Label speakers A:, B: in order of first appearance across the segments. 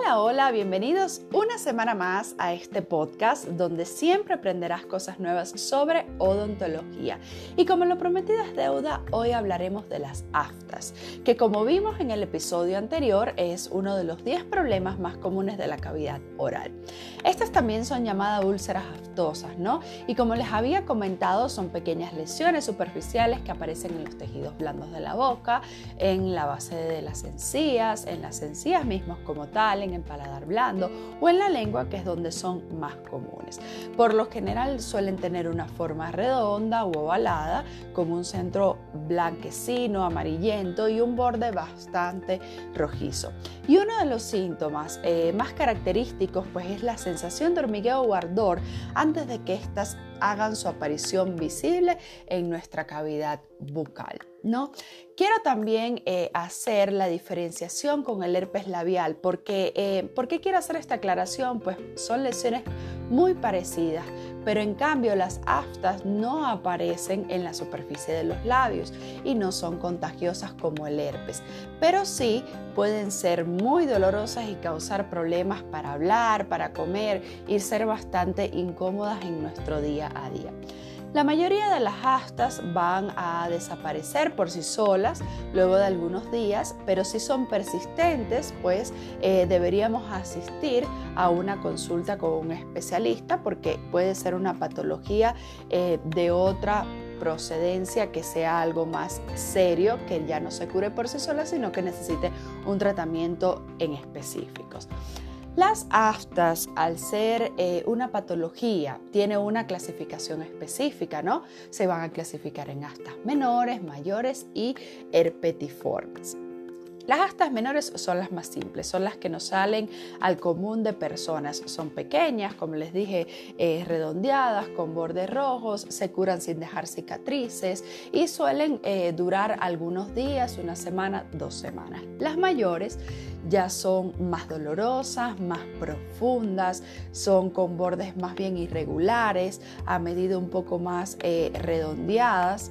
A: Hola, hola, bienvenidos una semana más a este podcast donde siempre aprenderás cosas nuevas sobre odontología. Y como lo prometido es deuda, hoy hablaremos de las aftas, que como vimos en el episodio anterior es uno de los 10 problemas más comunes de la cavidad oral. Estas también son llamadas úlceras aftosas, ¿no? Y como les había comentado, son pequeñas lesiones superficiales que aparecen en los tejidos blandos de la boca, en la base de las encías, en las encías mismas como tal, en el paladar blando o en la lengua, que es donde son más comunes. Por lo general suelen tener una forma redonda u ovalada, con un centro blanquecino, amarillento y un borde bastante rojizo. Y uno de los síntomas más característicos pues es la sensación de hormigueo o ardor antes de que éstas hagan su aparición visible en nuestra cavidad bucal, ¿no? Quiero también hacer la diferenciación con el herpes labial. ¿Por qué quiero hacer esta aclaración? Pues son lesiones muy parecidas, pero en cambio las aftas no aparecen en la superficie de los labios y no son contagiosas como el herpes, pero sí pueden ser muy dolorosas y causar problemas para hablar, para comer y ser bastante incómodas en nuestro día a día. La mayoría de las aftas van a desaparecer por sí solas luego de algunos días, pero si son persistentes, pues deberíamos asistir a una consulta con un especialista porque puede ser una patología de otra procedencia, que sea algo más serio, que ya no se cure por sí sola, sino que necesite un tratamiento en específicos. Las aftas, al ser una patología, tiene una clasificación específica, ¿no? Se van a clasificar en aftas menores, mayores y herpetiformes. Las aftas menores son las más simples, son las que nos salen al común de personas. Son pequeñas, como les dije, redondeadas, con bordes rojos, se curan sin dejar cicatrices y suelen durar algunos días, una semana, 2 semanas. Las mayores ya son más dolorosas, más profundas, son con bordes más bien irregulares, a medida un poco más redondeadas.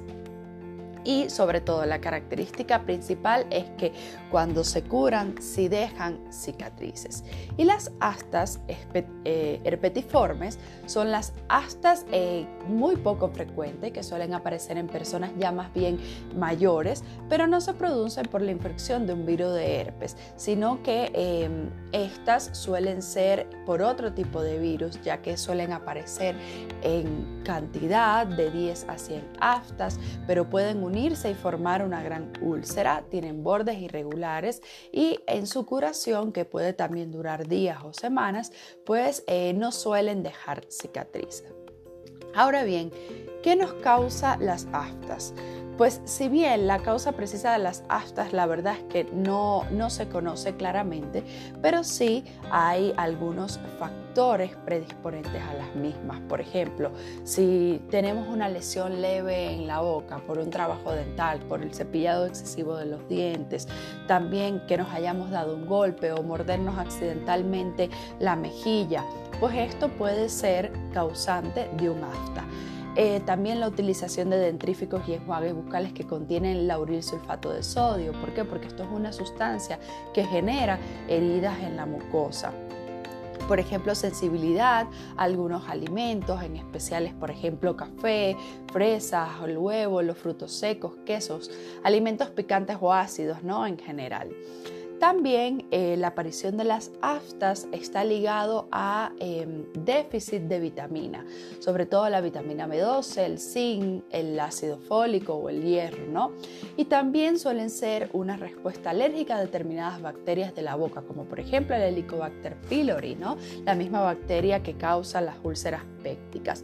A: Y sobre todo la característica principal es que cuando se curan sí dejan cicatrices. Y las aftas herpetiformes son las aftas muy poco frecuentes que suelen aparecer en personas ya más bien mayores, pero no se producen por la infección de un virus de herpes, sino que estas suelen ser por otro tipo de virus, ya que suelen aparecer en cantidad de 10 a 100 aftas, pero pueden unirse y formar una gran úlcera, tienen bordes irregulares y en su curación, que puede también durar días o semanas, pues no suelen dejar cicatrices. Ahora bien, ¿qué nos causa las aftas? Pues si bien la causa precisa de las aftas la verdad es que no se conoce claramente, pero sí hay algunos factores predisponentes a las mismas. Por ejemplo, si tenemos una lesión leve en la boca por un trabajo dental, por el cepillado excesivo de los dientes, también que nos hayamos dado un golpe o mordernos accidentalmente la mejilla, pues esto puede ser causante de un afta. También la utilización de dentríficos y enjuagues bucales que contienen lauril sulfato de sodio. ¿Por qué? Porque esto es una sustancia que genera heridas en la mucosa. Por ejemplo, sensibilidad a algunos alimentos, en especiales, por ejemplo, café, fresas, el huevo, los frutos secos, quesos, alimentos picantes o ácidos, ¿no? En general. También la aparición de las aftas está ligado a déficit de vitamina, sobre todo la vitamina B12, el zinc, el ácido fólico o el hierro, ¿no? Y también suelen ser una respuesta alérgica a determinadas bacterias de la boca, como por ejemplo el Helicobacter pylori, ¿no? La misma bacteria que causa las úlceras pépticas.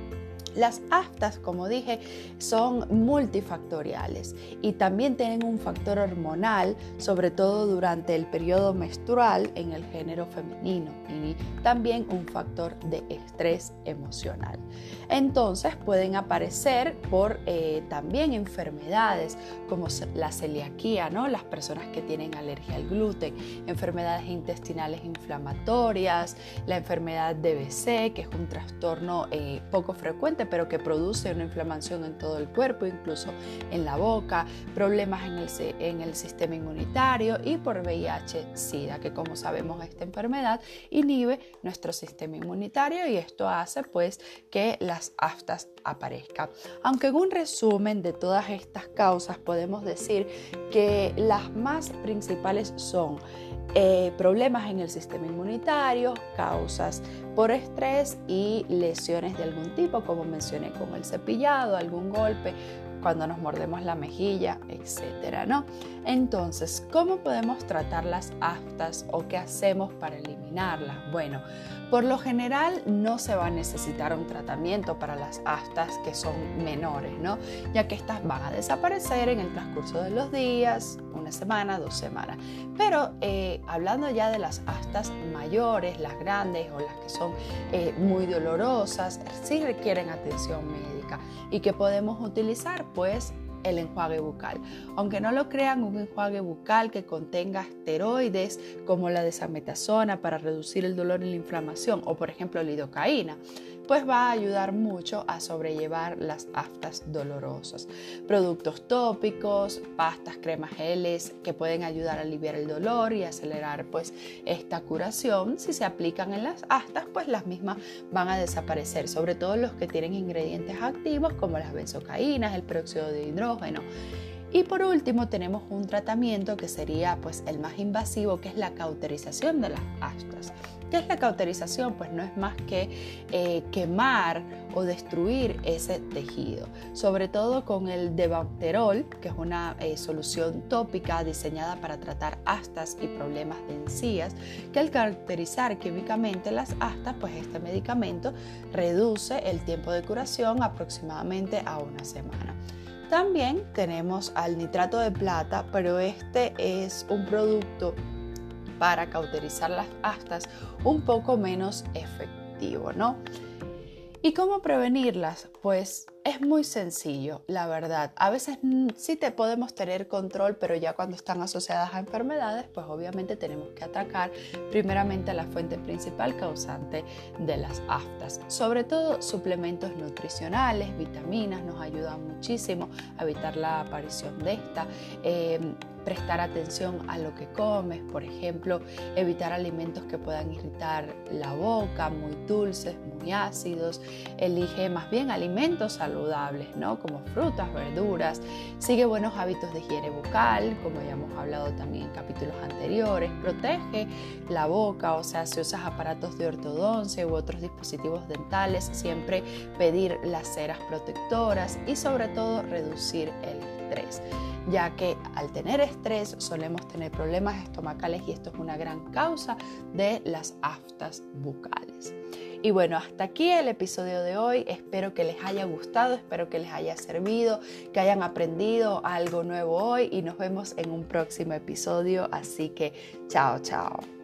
A: Las aftas, como dije, son multifactoriales y también tienen un factor hormonal, sobre todo durante el periodo menstrual en el género femenino, y también un factor de estrés emocional. Entonces pueden aparecer por también enfermedades como la celiaquía, ¿no? Las personas que tienen alergia al gluten, enfermedades intestinales inflamatorias, la enfermedad de BC, que es un trastorno poco frecuente importante, pero que produce una inflamación en todo el cuerpo, incluso en la boca, problemas en el sistema inmunitario y por VIH-Sida, que como sabemos esta enfermedad inhibe nuestro sistema inmunitario y esto hace pues que las aftas aparezcan. Aunque en un resumen de todas estas causas podemos decir que las más principales son problemas en el sistema inmunitario, causas por estrés y lesiones de algún tipo, como mencioné, como el cepillado, algún golpe, cuando nos mordemos la mejilla, etcétera, ¿no? Entonces, ¿cómo podemos tratar las aftas o qué hacemos para eliminarlas? Bueno, por lo general no se va a necesitar un tratamiento para las aftas que son menores, ¿no? Ya que estas van a desaparecer en el transcurso de los días, una semana, 2 semanas. Pero hablando ya de las aftas mayores, las grandes o las que son muy dolorosas, sí requieren atención médica. ¿Y qué podemos utilizar? Pues el enjuague bucal. Aunque no lo crean, un enjuague bucal que contenga esteroides como la desametasona para reducir el dolor y la inflamación, o por ejemplo lidocaína, pues va a ayudar mucho a sobrellevar las aftas dolorosas. Productos tópicos, pastas, cremas, geles que pueden ayudar a aliviar el dolor y acelerar pues esta curación. Si se aplican en las aftas, pues las mismas van a desaparecer, sobre todo los que tienen ingredientes activos como las benzocaínas, el peróxido de hidrógeno. Y por último tenemos un tratamiento que sería pues el más invasivo, que es la cauterización de las aftas. ¿Qué es la cauterización? Pues no es más que quemar o destruir ese tejido, sobre todo con el Devanterol, que es una solución tópica diseñada para tratar aftas y problemas de encías, que al cauterizar químicamente las aftas, pues este medicamento reduce el tiempo de curación aproximadamente a 1 semana. También tenemos al nitrato de plata, pero este es un producto para cauterizar las aftas un poco menos efectivo, ¿no? ¿Y cómo prevenirlas? Pues es muy sencillo, la verdad. A veces sí podemos tener control, pero ya cuando están asociadas a enfermedades, pues obviamente tenemos que atacar primeramente a la fuente principal causante de las aftas. Sobre todo suplementos nutricionales, vitaminas, nos ayudan muchísimo a evitar la aparición de esta. Prestar atención a lo que comes, por ejemplo, evitar alimentos que puedan irritar la boca, muy dulces, muy ácidos. Elige más bien alimentos saludables, ¿no? Como frutas, verduras. Sigue buenos hábitos de higiene bucal, como ya hemos hablado también en capítulos anteriores. Protege la boca, o sea, si usas aparatos de ortodoncia u otros dispositivos dentales, siempre pedir las ceras protectoras y sobre todo reducir el estrés, ya que al tener estrés solemos tener problemas estomacales y esto es una gran causa de las aftas bucales. Y bueno, hasta aquí el episodio de hoy. Espero que les haya gustado, espero que les haya servido, que hayan aprendido algo nuevo hoy y nos vemos en un próximo episodio. Así que chao, chao.